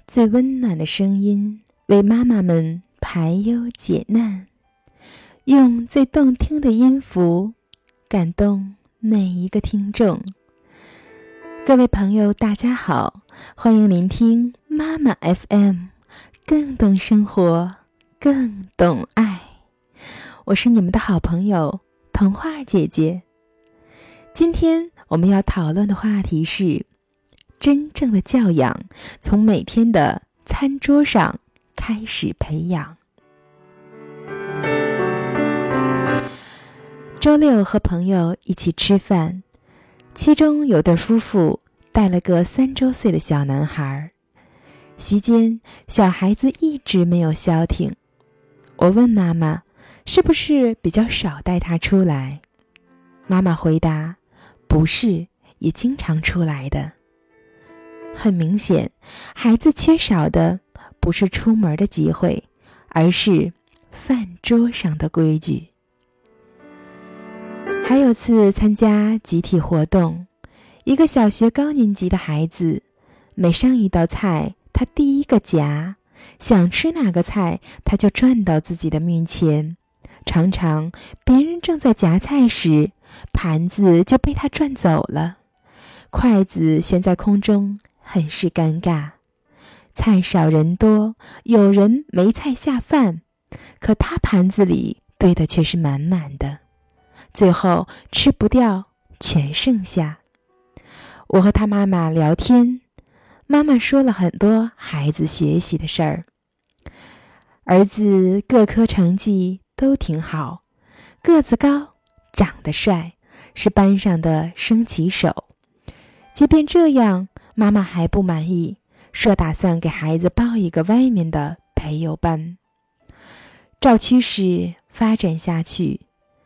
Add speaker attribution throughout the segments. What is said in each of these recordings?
Speaker 1: 最温暖的声音，为妈妈们排忧解难，用最动听的音符感动每一个听众。各位朋友大家好，欢迎聆听妈妈 FM， 更懂生活，更懂爱。我是你们的好朋友童话姐姐。今天我们要讨论的话题是真正的教养，从每天的餐桌上开始培养。周六和朋友一起吃饭，其中有对夫妇带了个3周岁的小男孩。席间，小孩子一直没有消停。我问妈妈，是不是比较少带他出来？妈妈回答，不是，也经常出来的。很明显，孩子缺少的不是出门的机会，而是饭桌上的规矩。还有次参加集体活动，一个小学高年级的孩子，每上一道菜，他第一个夹，想吃哪个菜，他就转到自己的面前。常常别人正在夹菜时，盘子就被他转走了，筷子悬在空中，很是尴尬。菜少人多，有人没菜下饭，可他盘子里堆的却是满满的，最后吃不掉，全剩下。我和他妈妈聊天，妈妈说了很多孩子学习的事儿。儿子各科成绩都挺好，个子高，长得帅，是班上的升旗手。即便这样，妈妈还不满意，说打算给孩子报一个外面的培优班。照趋势发展下去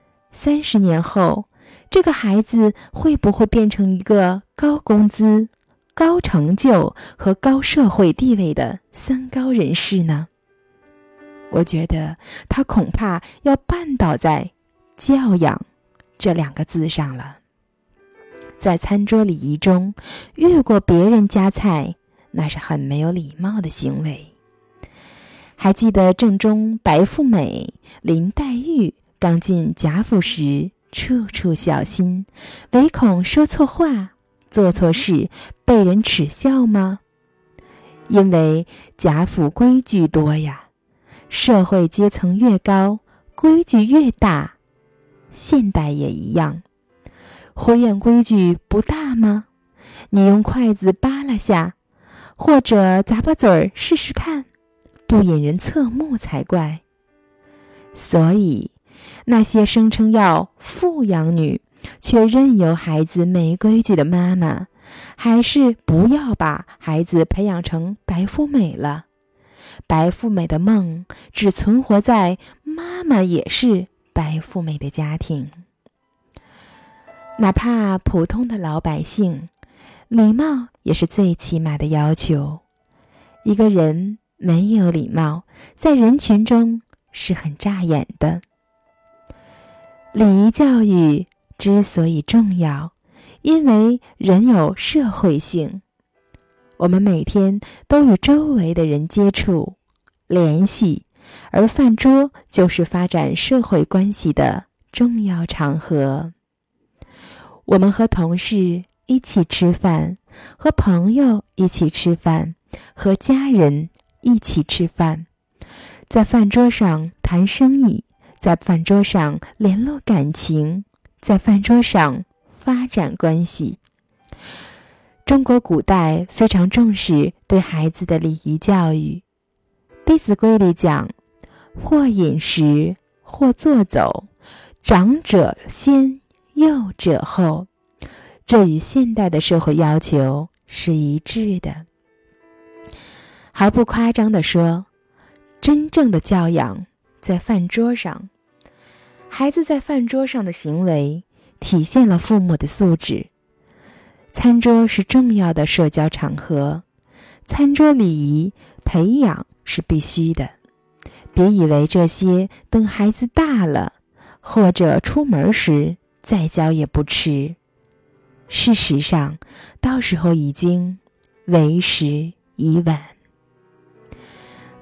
Speaker 1: ，30年后，这个孩子会不会变成一个高工资、高成就和高社会地位的3高人士呢？我觉得他恐怕要绊倒在教养这2个字上了。在餐桌礼仪中，越过别人夹菜，那是很没有礼貌的行为。还记得正中白富美林黛玉刚进贾府时，处处小心，唯恐说错话，做错事被人耻笑吗？因为贾府规矩多呀，社会阶层越高，规矩越大。现代也一样，婚宴规矩不大吗？你用筷子扒拉下，或者咂巴嘴儿试试看，不引人侧目才怪。所以那些声称要富养女，却任由孩子没规矩的妈妈，还是不要把孩子培养成白富美了。白富美的梦只存活在妈妈也是白富美的家庭。哪怕普通的老百姓，礼貌也是最起码的要求。一个人没有礼貌，在人群中是很扎眼的。礼仪教育之所以重要，因为人有社会性，我们每天都与周围的人接触、联系，而饭桌就是发展社会关系的重要场合。我们和同事一起吃饭，和朋友一起吃饭，和家人一起吃饭，在饭桌上谈生意，在饭桌上联络感情，在饭桌上发展关系。中国古代非常重视对孩子的礼仪教育。《弟子规》里讲，或饮食，或坐走，长者先，幼者后。这与现代的社会要求是一致的。毫不夸张地说，真正的教养在饭桌上。孩子在饭桌上的行为体现了父母的素质。餐桌是重要的社交场合，餐桌礼仪培养是必须的。别以为这些等孩子大了，或者出门时再教也不迟。事实上，到时候已经为时已晚。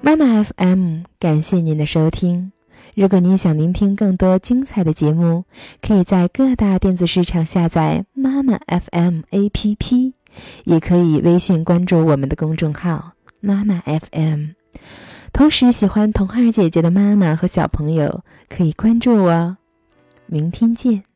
Speaker 1: 妈妈 FM， 感谢您的收听。如果您想聆听更多精彩的节目，可以在各大电子市场下载妈妈 FM APP， 也可以微信关注我们的公众号妈妈 FM。 同时喜欢童二姐姐的妈妈和小朋友可以关注我。明天见。